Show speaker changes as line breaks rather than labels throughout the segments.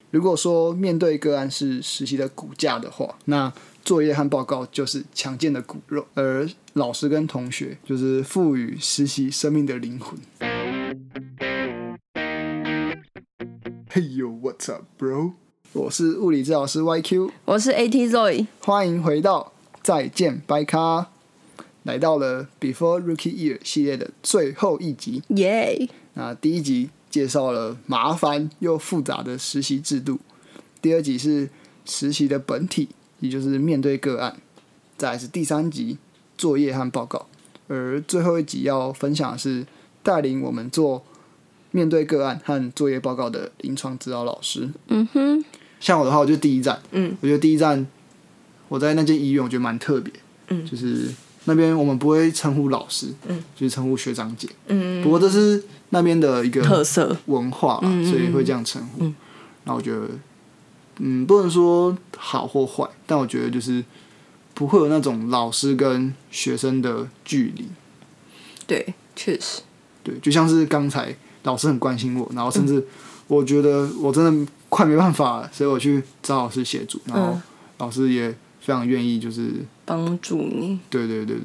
如果说面对个案是实习的骨架的话，那作业和报告就是强健的骨肉，而老师跟同学就是赋予实习生命的灵魂。Hey yo, what's up, bro？ 我是物理治疗师 YQ，
我是 AT Zoe，
欢迎回到再见掰咖，来到了 Before Rookie Year 系列的最后一集。
耶！
那第一集介绍了麻烦又复杂的实习制度，第二集是实习的本体，也就是面对个案，再来是第三集作业和报告，而最后一集要分享的是带领我们做面对个案和作业报告的临床指导老师。像我的话，我就第一站，我觉得第一站我在那间医院，我觉得蛮特别，就是那边我们不会称呼老师，就是称呼学长姐，不过这是那边的一个
特色
文化，所以会这样称呼。那我觉得，不能说好或坏，但我觉得就是不会有那种老师跟学生的距离。
对，确实，
对，就像是刚才老师很关心我，然后甚至我觉得我真的快没办法了，所以我去找老师协助，然后老师也非常愿意就是
帮助你。
对，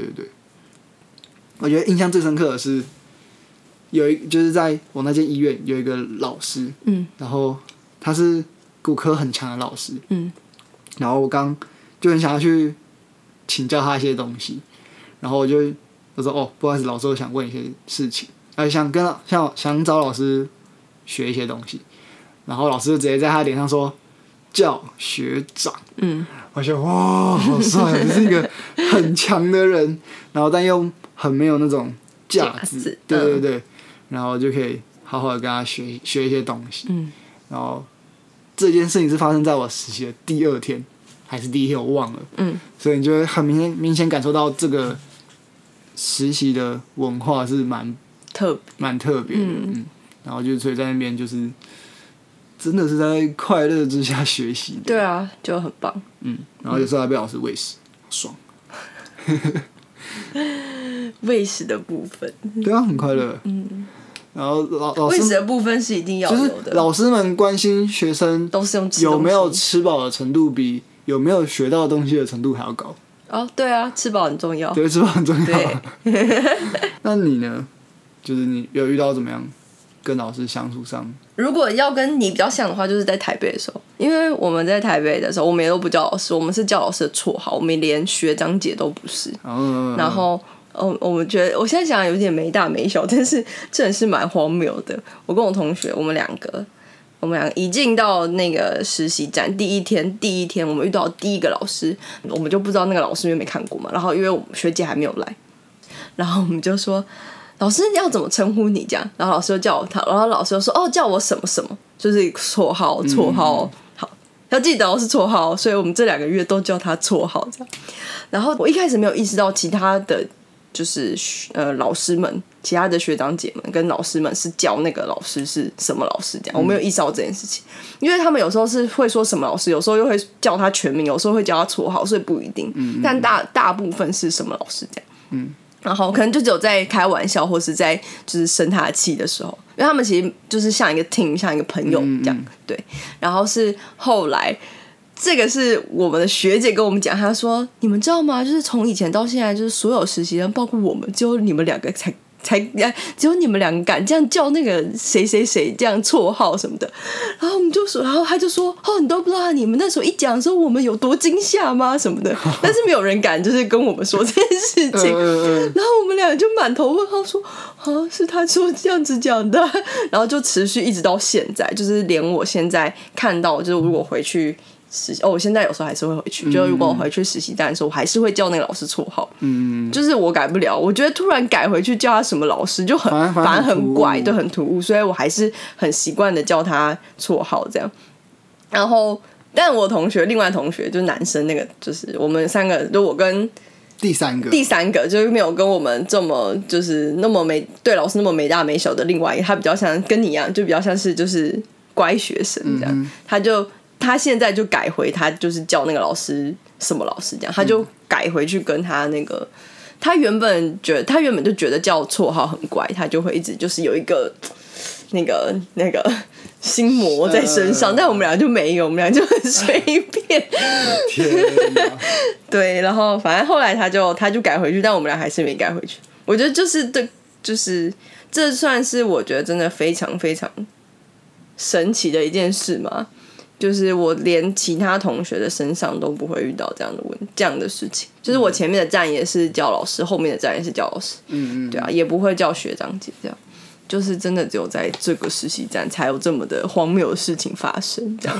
我觉得印象最深刻的是就是在我那间医院有一个老师，然后他是骨科很强的老师，然后我刚就很想要去请教他一些东西，然后我说哦，不好意思，老师，我想问一些事情，想找老师学一些东西，然后老师就直接在他脸上说叫学长，我觉得哇，好帅，你是一个很强的人，然后但又很没有那种架子，对，然后就可以好好的跟他学一些东西，然后这件事情是发生在我实习的第二天还是第一天，我忘了，所以你就会很明显感受到这个实习的文化是蛮特别的，然后所以在那边就是真的是在快乐之下学习的，
对啊，就很棒，
然后有时候还被老师喂食，好爽，
喂食的部分，
对啊，很快乐，然后老师
喂食的部分是一定要有的，
就是老师们关心学生
都是用吃东西
有没有吃饱的程度比有没有学到东西的程度还要高。
哦，对啊，吃饱很重要。
对，吃饱很重要。那你呢？就是你有遇到怎么样跟老师相处上？
如果要跟你比较像的话，就是在台北的时候，因为我们在台北的时候，我们也都不叫老师，我们是叫老师的绰号，我们连学长姐都不是。然后，我们觉得我现在想有点没大没小，但是真的是蛮荒谬的。我跟我同学，我们两个一进到那个实习站第一天，我们遇到第一个老师，我们就不知道那个老师因为没看过嘛，然后因为我们学姐還沒有來，然後我們就說老師要怎麼稱呼你這樣，然後老師就叫我他，然後老師就說哦叫我什麼什麼，就是綽號，好，要記得是綽號，所以我們這2個月都叫他綽號這樣。然後我一開始沒有意識到其他的就是老師們，其他的學長姐們跟老師們是叫那個老師是什麼老師這樣，我沒有意識到這件事情，因為他們有時候是會說什麼老師，有時候又會叫他全名，有時候會叫他綽號，所以不一定，但大部分是什麼老師這樣，然後可能就只有在開玩笑或是在就是生他的氣的時候，因為他們其實就是像一個 team， 像一個朋友這樣，對，然後是後來這個是我們的學姐跟我們講，她說你們知道嗎，就是從以前到現在，就是所有實習生包括我們，只有你們兩個只有你們兩個敢這樣叫那個誰誰誰這樣綽號什麼的，然後我們就說，然後他就說哦，你都不知道你們那時候一講的時候我們有多驚嚇嗎什麼的，但是沒有人敢就是跟我們說這件事情，然後我們兩個就滿頭問號說啊，是他說這樣子講的，然後就持續一直到現在，就是連我現在看到就是如果回去我現在有時候還是會回去，就如果我回去實習站的時候，我還是會叫那個老師綽號，就是我改不了，我覺得突然改回去叫他什麼老師就反而很怪，對，很突兀，所以我還是很習慣的叫他綽號這樣。然後但我另外同學就是男生，那個就是我們3個，就我跟第三個就是沒有跟我們這麼就是那麼對老師那麼沒大沒小的另外一個，他比較像跟你一樣，就比較像是就是乖學生這樣，他現在就改回他就是叫那個老師什麼老師這樣，他就改回去跟他那個他原本就覺得叫綽號很怪，他就會一直就是有一個那个心魔在身上，但我们俩就没有，我们俩就很随便。
天哪！
对，然后反正后来他就改回去，但我们俩还是没改回去。我觉得就是这算是我觉得真的非常非常神奇的一件事嘛。就是我连其他同学的身上都不会遇到这样的事情，就是我前面的站也是叫老师，后面的站也是叫老师，对啊，也不会叫学长姐，这样就是真的只有在这个实习站才有这么的荒谬的事情发生，这样。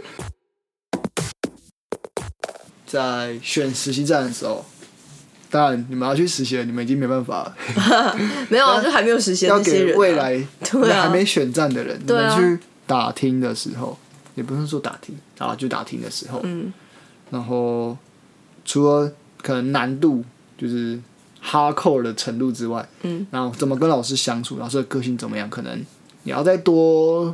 在选实习站的时候，当然你们要去实习了，你们已经没办法了。
没有啊，就还没有实习的那些人、啊，
要给未来
对啊
还没选站的人，
对啊、
你们去打听的时候。也不是说打听啊，就打听的时候，然后除了可能难度就是hardcore的程度之外，然后怎么跟老师相处，老师的个性怎么样，可能你要再多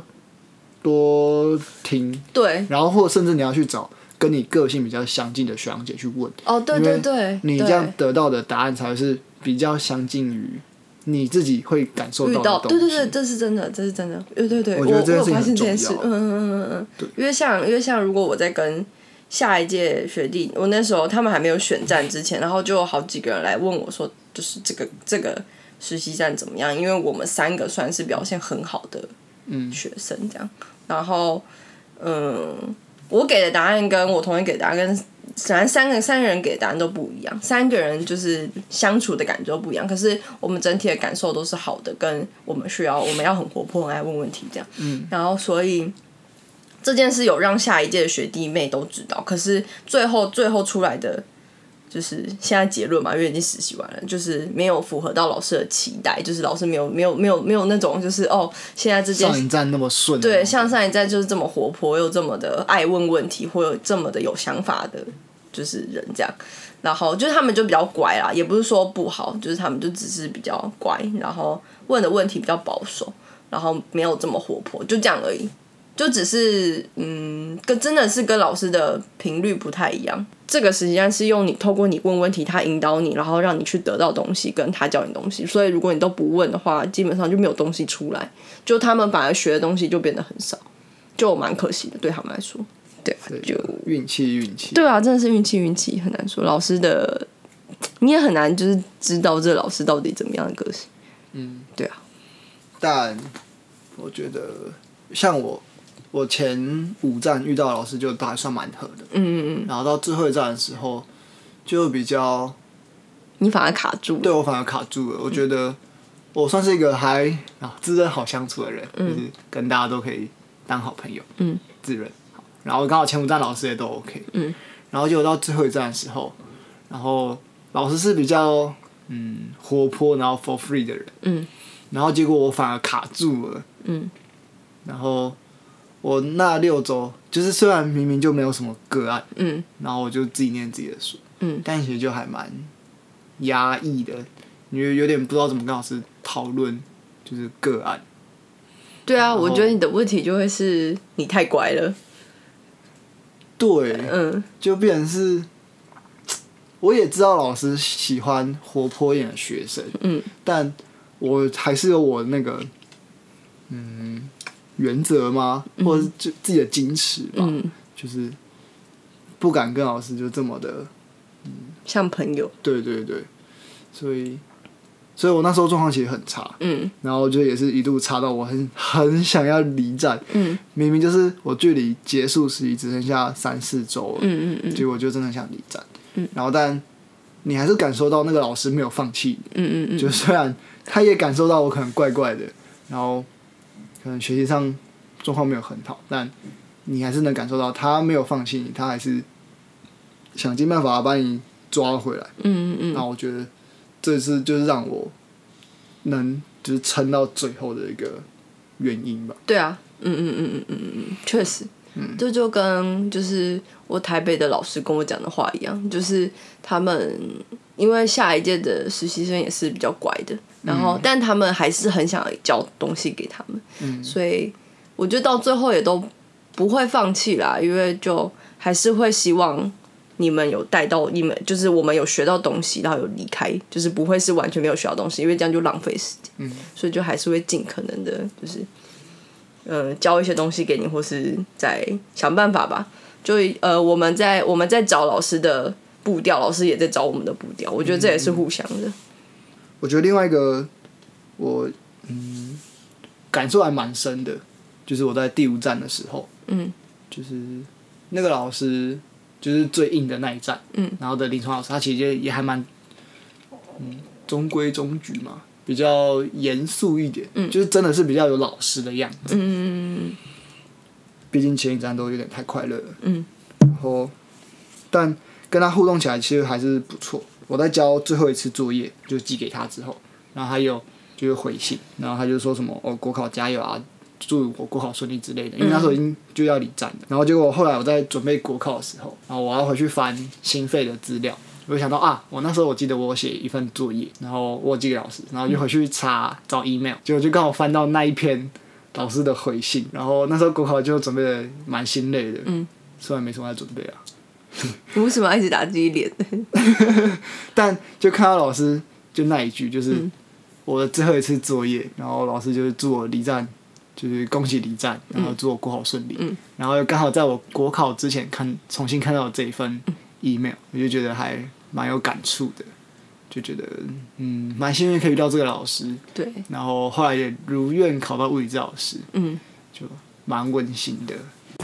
听，
对，
然后或者甚至你要去找跟你个性比较相近的学长姐去问，
哦，对对对，
你这样得到的答案才会是比较相近于你自己会感受到的东西。
对对对，这是真的，这是真的。对对对，
我觉得这件事情
发现
很重要。
这件事，因为像如果我在跟下一届学弟，我那时候他们还没有选站之前，然后就有好几个人来问我说，就是这个实习站怎么样？因为我们3个算是表现很好的学生这样，然后我给的答案跟我同学给的答案跟反正三个人给的答案都不一样，3个人就是相处的感觉都不一样，可是我们整体的感受都是好的，跟我们要很活泼，很爱问问题这样。然后所以这件事有让下一届的学弟妹都知道，可是最后出来的就是现在结论嘛，因为已经实习完了，就是没有符合到老师的期待，就是老师没有那种就是现在这件
上一站那么顺，
对，像上一站就是这么活泼又这么的爱问问题，或有这么的有想法的。就是人这样，然后就是他们就比较乖啦，也不是说不好，就是他们就只是比较乖，然后问的问题比较保守，然后没有这么活泼，就这样而已。就只是真的是跟老师的频率不太一样。这个实际上是用你透过你问问题，他引导你，然后让你去得到东西，跟他教你东西。所以如果你都不问的话，基本上就没有东西出来，就他们反而学的东西就变得很少，就蛮可惜的对他们来说。对，就
运气。
对啊，真的是运气，很难说。老师的你也很难就是知道这个老师到底怎么样的个性。对啊。
但我觉得像我前5站遇到的老师就都还算蛮合的。然后到最后一站的时候就比较，
你反而卡住了。
对，我反而卡住了。我觉得我算是一个还自认好相处的人，就是跟大家都可以当好朋友。自认。然后刚好前5站老师也都 OK，然后结果到最后一站的时候，然后老师是比较活泼，然后 for free 的人，然后结果我反而卡住了，然后我那6周就是虽然明明就没有什么个案，然后我就自己念自己的书，但其实就还蛮压抑的，因为有点不知道怎么跟老师讨论就是个案。
对啊，我觉得你的问题就会是你太乖了。
对，就变成是，我也知道老师喜欢活泼一点的学生，但我还是有我那个，原则吗？或者是就自己的矜持吧，就是不敢跟老师就这么的，
像朋友。
对，所以我那时候状况其实很差，然后就也是一度差到我很想要离站，明明就是我距离结束实习只剩下3-4周了，结果就真的想离站，然后但你还是感受到那个老师没有放弃你，就虽然他也感受到我可能怪怪的，然后可能学习上状况没有很好，但你还是能感受到他没有放弃你，他还是想尽办法把你抓回来，那我觉得这是就是让我能就是撑到最后的一个原因吧。
对啊，确实，这就跟就是我台北的老师跟我讲的话一样，就是他们因为下一届的实习生也是比较乖的，然后但他们还是很想教东西给他们，所以我觉得到最后也都不会放弃啦，因为就还是会希望你们有带到你们，就是我们有学到东西，然后有离开，就是不会是完全没有学到东西，因为这样就浪费时间。所以就还是会尽可能的，就是教一些东西给你，或是再想办法吧。就我们在找老师的步调，老师也在找我们的步调，我觉得这也是互相的。
我觉得另外一个我感受还蛮深的，就是我在第5站的时候，就是那个老师就是最硬的那一站，然后的临床老师他其实也还蛮中规中矩嘛，比较严肃一点，就是真的是比较有老师的样子。毕竟前一站都有点太快乐了，然后但跟他互动起来其实还是不错。我在交最后一次作业就寄给他之后，然后他有就是回信，然后他就说什么国考加油啊，祝我国考顺利之类的，因为那时候已经就要离站了。然后结果后来我在准备国考的时候，然后我要回去翻心肺的资料，我就想到我那时候我记得我写一份作业，然后我寄给老师，然后就回去找 email， 结果就刚好翻到那一篇老师的回信，然后那时候国考就准备的蛮心累的，虽然没什么在准备啊。
你为什么要一直打自己脸？
但就看到老师就那一句，就是我的最后一次作业，然后老师就是祝我离站，就是恭喜离站，然后祝我国考顺利，然后又刚好在我国考之前重新看到这一份 email， 我就觉得还蛮有感触的，就觉得蛮幸运可以遇到这个老师，
对，
然后后来也如愿考到物理治疗师，就蛮温馨的。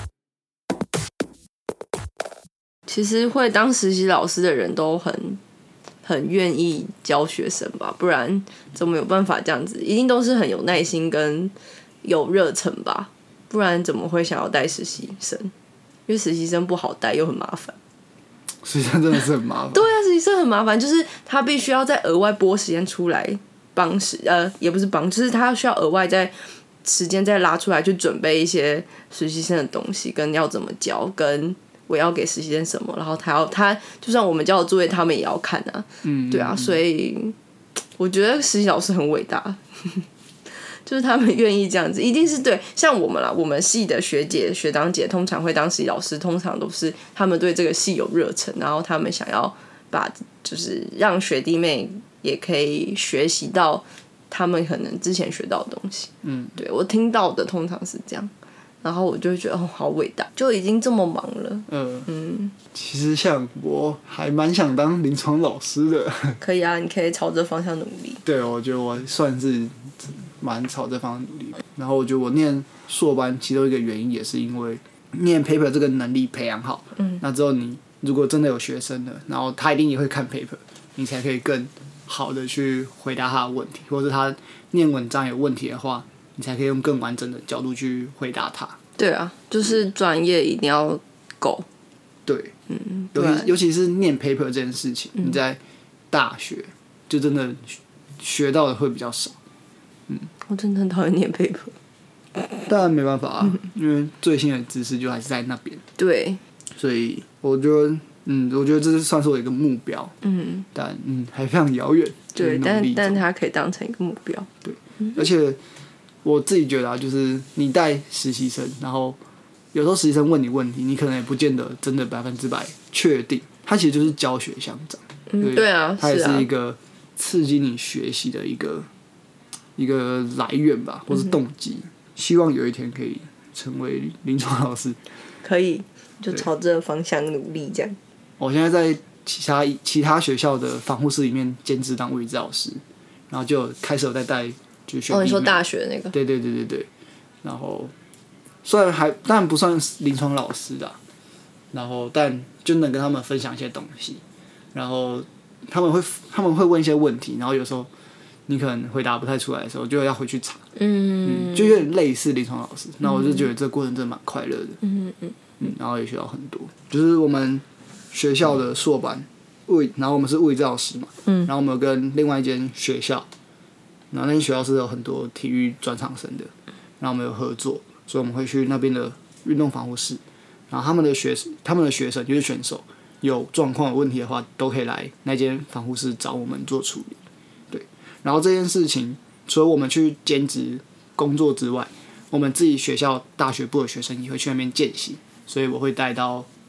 其实会当实习老师的人都很愿意教学生吧，不然怎么有办法这样子？一定都是很有耐心跟有热忱吧，不然怎么会想要带实习生？因为实习生不好带又很麻烦。
实习生真的是很麻烦。
对啊，实习生很麻烦，就是他必须要再额外拨时间出来也不是帮，就是他需要额外再时间再拉出来去准备一些实习生的东西，跟要怎么教，跟我要给实习生什么，然后他就算我们交的作业，他们也要看啊。对啊，所以我觉得实习老师很伟大，就是他们愿意这样子，一定是对。像我们啦，我们系的学姐学长姐通常会当实习老师，通常都是他们对这个系有热忱，然后他们想要就是让学弟妹也可以学习到他们可能之前学到的东西。对，我听到的通常是这样。然后我就会觉得好伟大，就已经这么忙了。
其实像我还蛮想当临床老师的。
可以啊，你可以朝这方向努力。
对，我觉得我算是蛮朝这方向努力。然后我觉得我念硕班其中一个原因也是因为念 paper 这个能力培养好。那之后你如果真的有学生了，然后他一定也会看 paper， 你才可以更好的去回答他的问题，或者他念文章有问题的话，你才可以用更完整的角度去回答他。
对啊，就是专业一定要够。
对，尤其是念 paper 这件事情，你在大学就真的学到的会比较少。
我真的很讨厌念 paper。
当然没办法啊，因为最新的知识就还是在那边。
对，
所以我觉得，我觉得这算是我一个目标。但还非常遥远。
对，但它可以当成一个目标。
对，而且我自己觉得就是你带实习生，然后有时候实习生问你问题，你可能也不见得真的100%确定，它其实就是教学相长。
对啊，
它也是一个刺激你学习的一个来源吧，或是动机。希望有一天可以成为临床老师。
可以，就朝这个方向努力这样。
我现在在其他学校的防护室里面兼职当物理治疗师，然后就开始有在带就是学弟妹。
你说大学那个？
对。然后虽然当然不算临床老师啦，然后但就能跟他们分享一些东西，然后他们会问一些问题，然后有时候你可能回答不太出来的时候，就要回去查。就有点类似临床老师。那我就觉得这个过程真的蛮快乐的。然后也学到很多，就是我们学校的硕班然后我们是物理治疗师嘛，然后我们有跟另外一间学校，然后那间学校是有很多体育专长生的，然后我们有合作，所以我们会去那边的运动防护室，然后他们的学生就是选手有状况有问题的话，都可以来那间防护室找我们做处理。对，然后这件事情除了我们去兼职工作之外，我们自己学校大学部的学生也会去那边见习，所以我会带到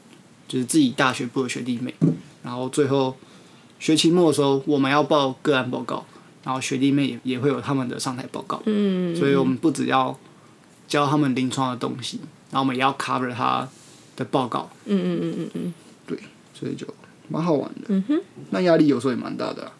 就是自己大学部的学弟妹，然后最后学期末的时候我们要报个案报告，然后学弟妹也会有他们的上台报告，所以我们不只要教他们临床的东西，然后我们也要 cover 他的报告，对，所以就蛮好玩的，那压力有时候也蛮大的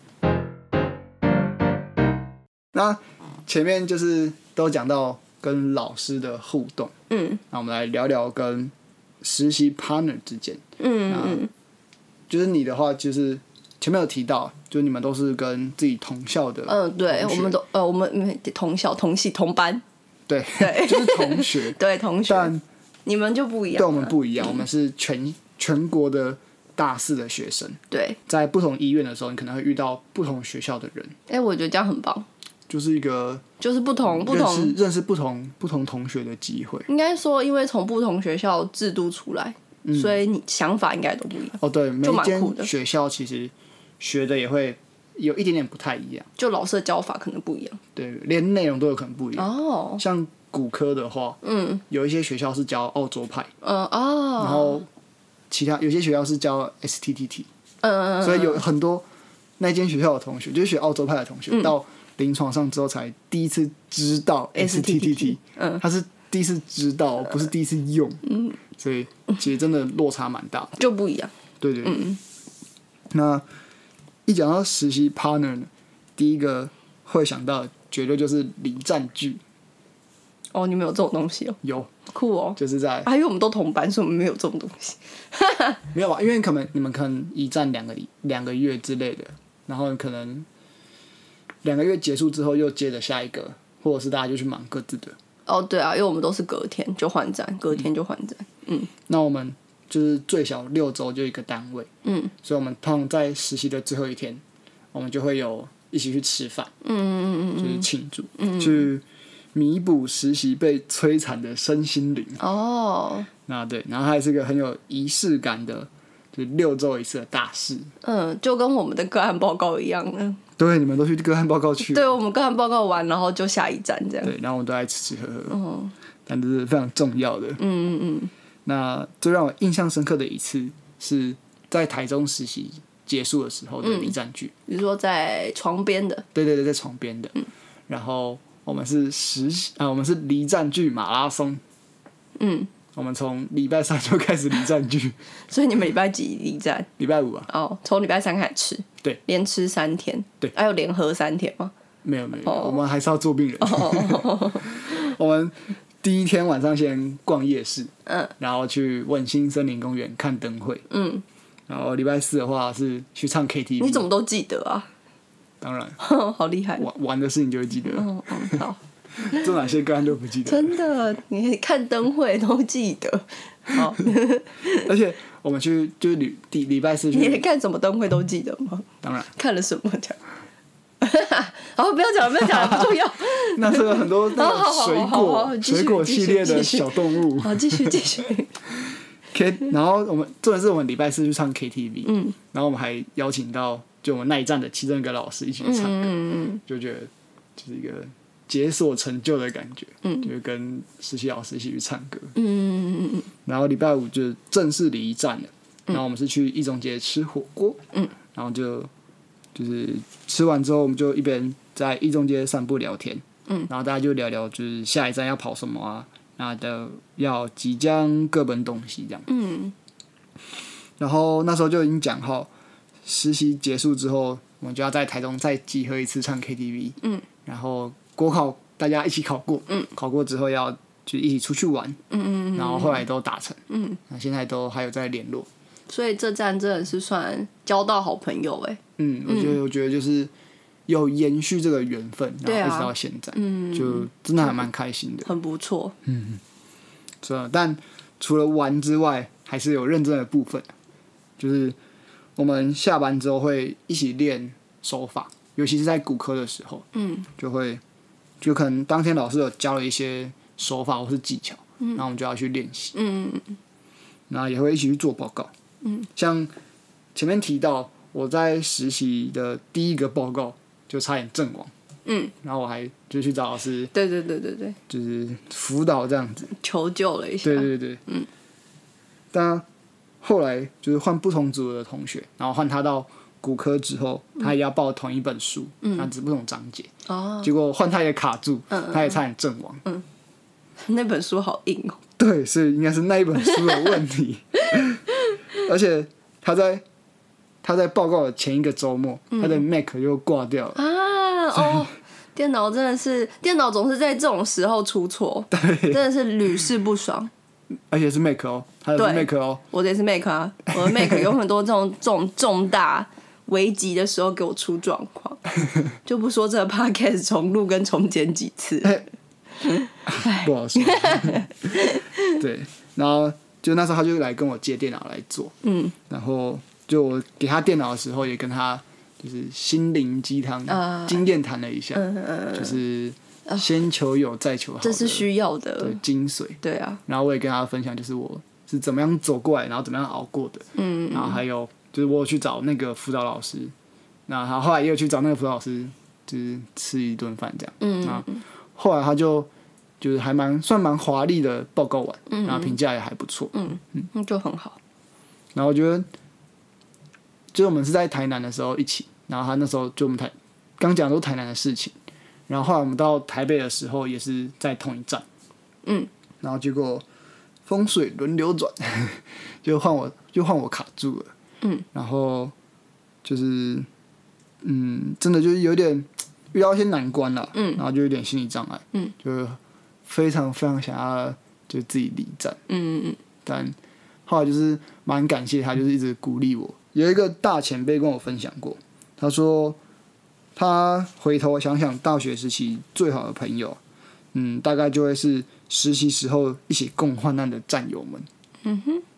那前面就是都讲到跟老师的互动，那我们来聊聊跟实习 partner 之间，就是你的话，就是前面有提到，就是你们都是跟自己同校的，
对，我们同校、同系、同班，
对，就是同学，
对，同学，但你们就不一样，
对，我们不一样，我们是全国的大四的学生，
对，
在不同医院的时候，你可能会遇到不同学校的人，
我觉得这样很棒。
就是一个，
就是不同
认识不同同学的机会。
应该说，因为从不同学校制度出来，所以你想法应该都不一样。
对，每一间学校其实学的也会有一点点不太一样，
就老师的教法可能不一样。
对，连内容都有可能不一样。像骨科的话，有一些学校是教澳洲派，然后有些学校是教 STTT，所以有很多那间学校的同学，就是学澳洲派的同学到临床上之后才第一次知道 STTT， 他是第一次知道，不是第一次用，所以其实真的落差蛮大的，
就不一样。
对，那一讲到实习 partner 呢，第一个会想到的绝对就是离站距。
你们有这种东西哦？
有，
酷哦！
就是在，
因为我们都同班，所以我们没有这种东西。
没有吧？因为你们可能一站两个月之类的，然后可能2个月结束之后又接着下一个，或者是大家就去忙各自的。
对啊，因为我们都是隔天就换站，
那我们就是最小6周就一个单位，所以我们通常在实习的最后一天，我们就会有一起去吃饭，就是庆祝，去弥补实习被摧残的身心灵。那对，然后它也是个很有仪式感的，就是6周一次的大事。
就跟我们的个案报告一样的。
对，你们都去个案报告去。
对，我们个案报告完，然后就下一站这样。
对，然后我们都在吃吃喝喝。但这是非常重要的。那最让我印象深刻的一次是在台中实习结束的时候的离站距。
你说在床边的？
对，在床边的。然后我们是我们是离站距马拉松。我们从礼拜3就开始离站距。
所以你们礼拜几离站？
礼拜5啊。
从礼拜3开始吃。
对，
连吃3天。
对，
还有连喝3天吗？
没有，我们还是要做病人。我们第一天晚上先逛夜市，然后去文心森林公园看灯会，然后礼拜4的话是去唱 KTV。
你怎么都记得啊？
当然，
好厉害！
玩的事情就会记得。
好。
做哪些个案都不记得。
真的，你看灯会都记得。好，
而且我们去就是礼拜4去，
你看什么灯会都记得吗？
当然。
看了什么讲？好，不要讲了，不重要。
那是有很多那种水果系列的小动物。
好，继续。
然后重点是我们礼拜4去唱 KTV，然后我们还邀请到就我们那一站的其中一个老师一起去唱歌，就觉得就是一个解锁成就的感觉，就是跟实习老师一起去唱歌，然后礼拜5就正式离站了，然后我们是去一中街吃火锅，然后就是吃完之后，我们就一边在一中街散步聊天，然后大家就聊聊就是下一站要跑什么啊，那要即将各奔东西这样，然后那时候就已经讲好，实习结束之后，我们就要在台中再集合一次唱 KTV，然后国考大家一起考过，考过之后要就一起出去玩，然后后来都达成，那现在都还有在联络，
所以这站真的是算交到好朋友哎，
我觉得就是有延续这个缘分，然后一直到现在，就真的还蛮开心的，
很不错，
但除了玩之外，还是有认真的部分，就是我们下班之后会一起练手法，尤其是在骨科的时候，就可能当天老师有教了一些手法或是技巧，然后我们就要去练习，然后也会一起去做报告，像前面提到我在实习的第一个报告就差点阵亡，然后我还就去找老师，
对，就是
辅导这样子，
求救了一下，
对，但后来就是换不同组的同学，然后换他到骨科之后，他也要报同一本书，那只不同章节。结果换他也卡住，他也差点阵亡。
那本书好硬哦。
对，所以应该是那一本书的问题。而且他在报告的前一个周末，他的 Mac 就挂掉了。
电脑真的是，电脑总是在这种时候出错，真的是屡试不爽。
而且是 Mac 哦，他的是 Mac 哦，
我的也是 Mac 啊，我的 Mac 有很多这种重大危急的时候给我出状况，就不说这个 podcast 重录跟重剪几次，
不好说。对，然后就那时候他就来跟我借电脑来做，然后就我给他电脑的时候，也跟他就是心灵鸡汤、经验谈了一下，就是先求有再求好，
这是需要的
精髓。
对啊，
然后我也跟他分享，就是我是怎么样走过来，然后怎么样熬过的。然后还有就是我有去找那个辅导老师，那他后来也有去找那个辅导老师，就是吃一顿饭这样。那后来他就是算蛮华丽的报告完，然后评价也还不错。
那就很好。
然后我觉得，就是我们是在台南的时候一起，然后他那时候就我们刚讲都是台南的事情，然后后来我们到台北的时候也是在同一站，然后结果风水轮流转，就换我卡住了，然后就是真的就是有点遇到一些难关了，然后就有点心理障碍，就非常非常想要就自己离站，但后来就是蛮感谢他，就是一直鼓励我。有一个大前辈跟我分享过，他说他回头想想大学时期最好的朋友，大概就会是实习时候一起共患难的战友们。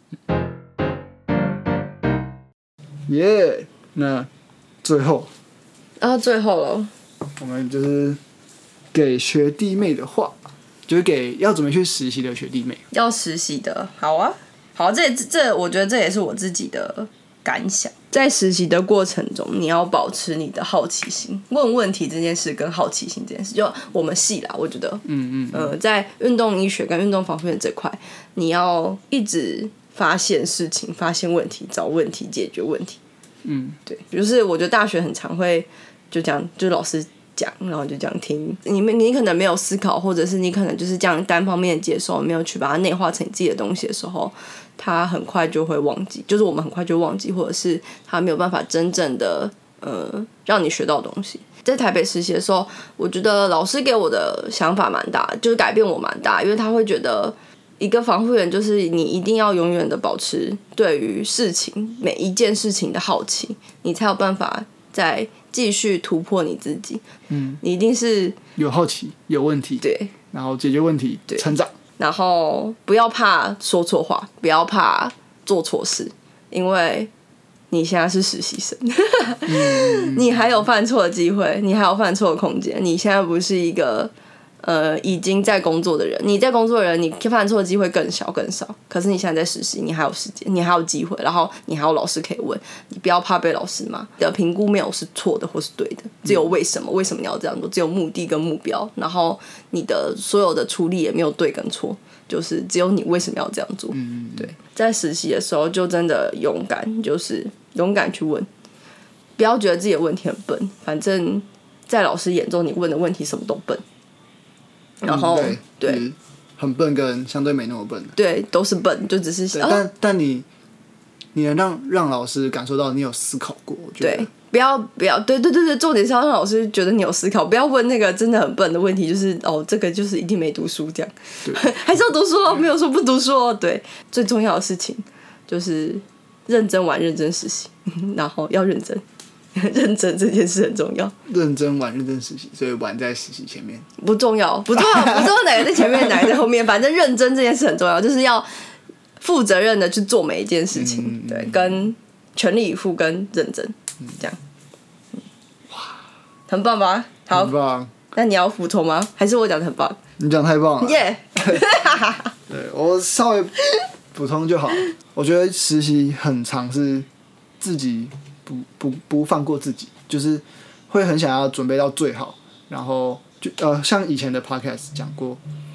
那最后
了，
我们就是给学弟妹的话，就是给要准备去实习的学弟妹。
要实习的，好啊，好，这我觉得这也是我自己的感想。在实习的过程中，你要保持你的好奇心，问问题这件事跟好奇心这件事，就我们系啦，我觉得，在运动医学跟运动防护员这块，你要一直发现事情、发现问题、找问题、解决问题。对，就是我觉得大学很常会就这样，就老师讲，然后就这样听，你可能没有思考，或者是你可能就是这样单方面的接受，没有去把它内化成你自己的东西的时候，他很快就会忘记，就是我们很快就忘记，或者是他没有办法真正的让你学到东西。在台北实习的时候，我觉得老师给我的想法蛮大，就是改变我蛮大，因为他会觉得一个防护员就是你一定要永远的保持对于事情每一件事情的好奇，你才有办法再继续突破你自己。你一定是
有好奇，有问题，
对，
然后解决问题，成长。
然后不要怕说错话，不要怕做错事，因为你现在是实习生，你还有犯错的机会，你还有犯错的空间。你现在不是一个已经在工作的人，你在工作的人，你犯错的机会更小更少。可是你现在在实习，你还有时间，你还有机会，然后你还有老师可以问，你不要怕被老师骂。你的评估没有是错的或是对的，只有为什么你要这样做，只有目的跟目标，然后你的所有的处理也没有对跟错，就是只有你为什么要这样做。对，在实习的时候就真的勇敢，就是勇敢去问，不要觉得自己的问题很笨，反正在老师眼中你问的问题什么都笨。然后对，
很笨跟相对没那么笨的，
对，都是笨，就只是
但你能让老师感受到你有思考过，我觉得
对，不要，对，重点是要让老师觉得你有思考，不要问那个真的很笨的问题，就是这个就是一定没读书这样，还是要读书哦，没有说不读书哦。对，最重要的事情就是认真玩，认真实习，然后要认真。认真这件事很重要，
认真玩，认真实习，所以玩在实习前面
不重要哪个在前面，哪个在后面，反正认真这件事很重要，就是要负责任的去做每一件事情，对，跟全力以赴跟认真，这样，哇，很棒吧？好，
很棒。
那你要补充吗？还是我讲的很棒？
你讲太棒了，
耶！
对，我稍微补充就好。我觉得实习很常是自己。不放过自己，就是会很想要准备到最好，然后就像以前的 podcast 讲过，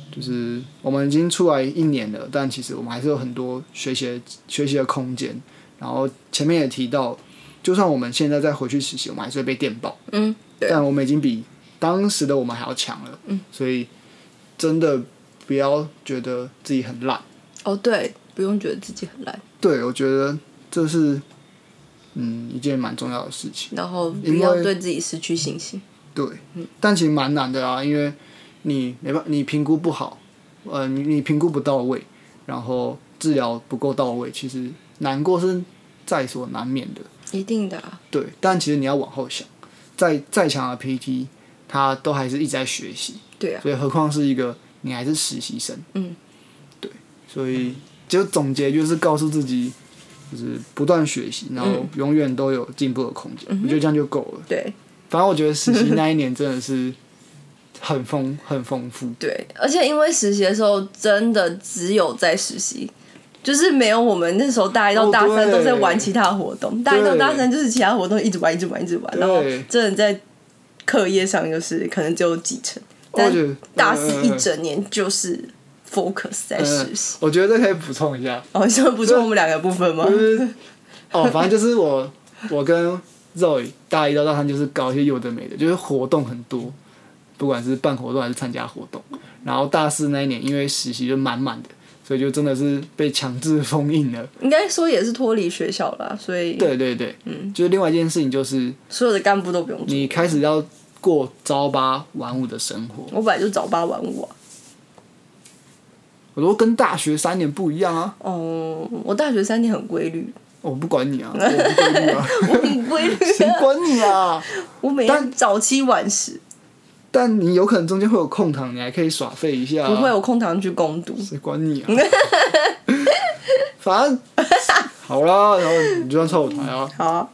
就是我们已经出来1年了，但其实我们还是有很多学习的空间。然后前面也提到，就算我们现在再回去实习，我们还是会被电爆。但我们已经比当时的我们还要强了。所以真的不要觉得自己很烂。
对，不用觉得自己很烂。
对，我觉得这是一件蛮重要的事情。
然后不要对自己失去信心。
对，但其实蛮难的啊，因为你评估不好，你评估不到位，然后治疗不够到位，其实难过是在所难免的。
一定的啊。
对，但其实你要往后想，再强的 PT， 他都还是一直在学习。
对啊。
所以何况是一个你还是实习生。对，所以就总结就是告诉自己，就是不断学习，然后永远都有进步的空间。我觉得这样就够了。
对。
反正我觉得实习那一年真的是很丰富。
对，而且因为实习的时候真的只有在实习，就是没有我们那时候大一到大三都在玩其他活动，大一到大三就是其他活动一直玩，然后真的在课业上就是可能只有几成，但大四一整年就是focus 在实习。
我觉得这可以补充一下。
你想补充我们2个部分吗？
反正就是我跟Zoe 大一到大三就是搞一些有的没的，就是活动很多，不管是办活动还是参加活动。然后大四那一年因为实习就满满的，所以就真的是被强制封印了。
应该说也是脱离学校啦，所以
对，就是另外一件事情就是
所有的干部都不用做，
你开始要过朝八晚五的生活。
我本来就早八晚五啊。
我说跟大学3年不一样啊。
我大学3年很规律。
我不管你啊，我不规律啊。
我很规律啊。
谁管你啊？
我每天早7晚10。
但你有可能中间会有空堂，你还可以耍废一下。
不会有空堂去攻读。
谁管你啊？反正好啦，然后你就算凑我台啊。
好啊。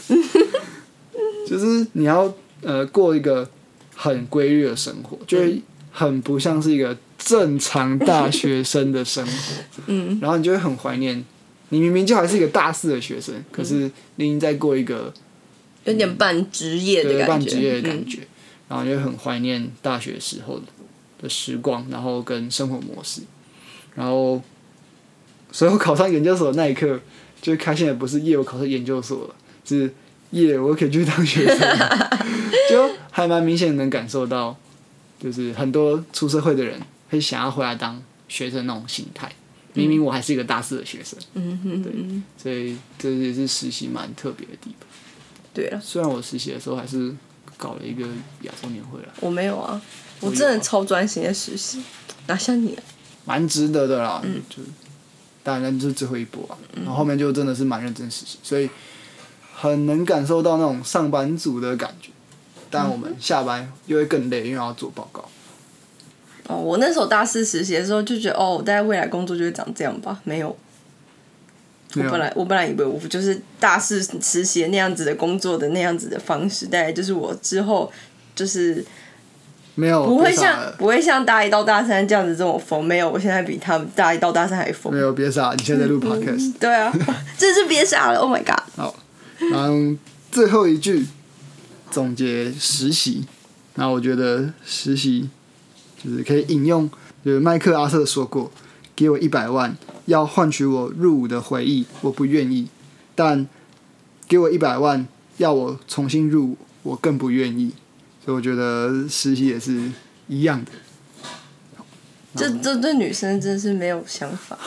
就是你要过一个很规律的生活，就是很不像是一个正常大学生的生活。然后你就会很怀念。你明明就还是一个大4的学生，可是你已经在过一个
有点半职业的感觉，
半职业的感觉，然后就很怀念大学时候的时光，然后跟生活模式，然后所以我考上研究所的那一刻，就开心的不是我考上研究所了，是我可以去当学生，就还蛮明显能感受到，就是很多出社会的人会想要回来当学生那种心态。明明我还是一个大4的学生。对，所以这也是实习蛮特别的地方。
对了，
虽然我实习的时候还是搞了一个亚洲年会啦。
我没有啊，我真的超专心的实习，哪像你啊？
蛮值得的啦。就当然就是最后一波啊，然后后面就真的是蛮认真实习，所以很能感受到那种上班族的感觉。但我们下班又会更累，因为要做报告。
我那时候大4实习的时候就觉得，我大概未来工作就会长这样吧，没有。我本来以为我就是大4实习那样子的工作的那样子的方式，大概就是我之后就是
没有
不会像大1到大3这样子这么疯，没有，我现在比他们大1到大3还疯。
没有，别傻，你现在录 podcast。
对啊，真是别傻了 ，Oh my god！
好，然后最后一句总结实习，然后我觉得实习。就是可以引用，就是麦克阿瑟说过：“给我100万，要换取我入伍的回忆，我不愿意；但给我100万，要我重新入伍，我更不愿意。”所以我觉得实习也是一样的。
这对女生真是没有想法。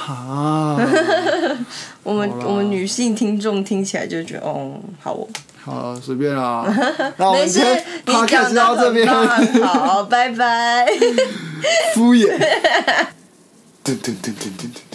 我们女性听众听起来就觉得，好哦。
好，随便啦。那我们今天
podcast
到这边，
好，拜拜。
敷衍。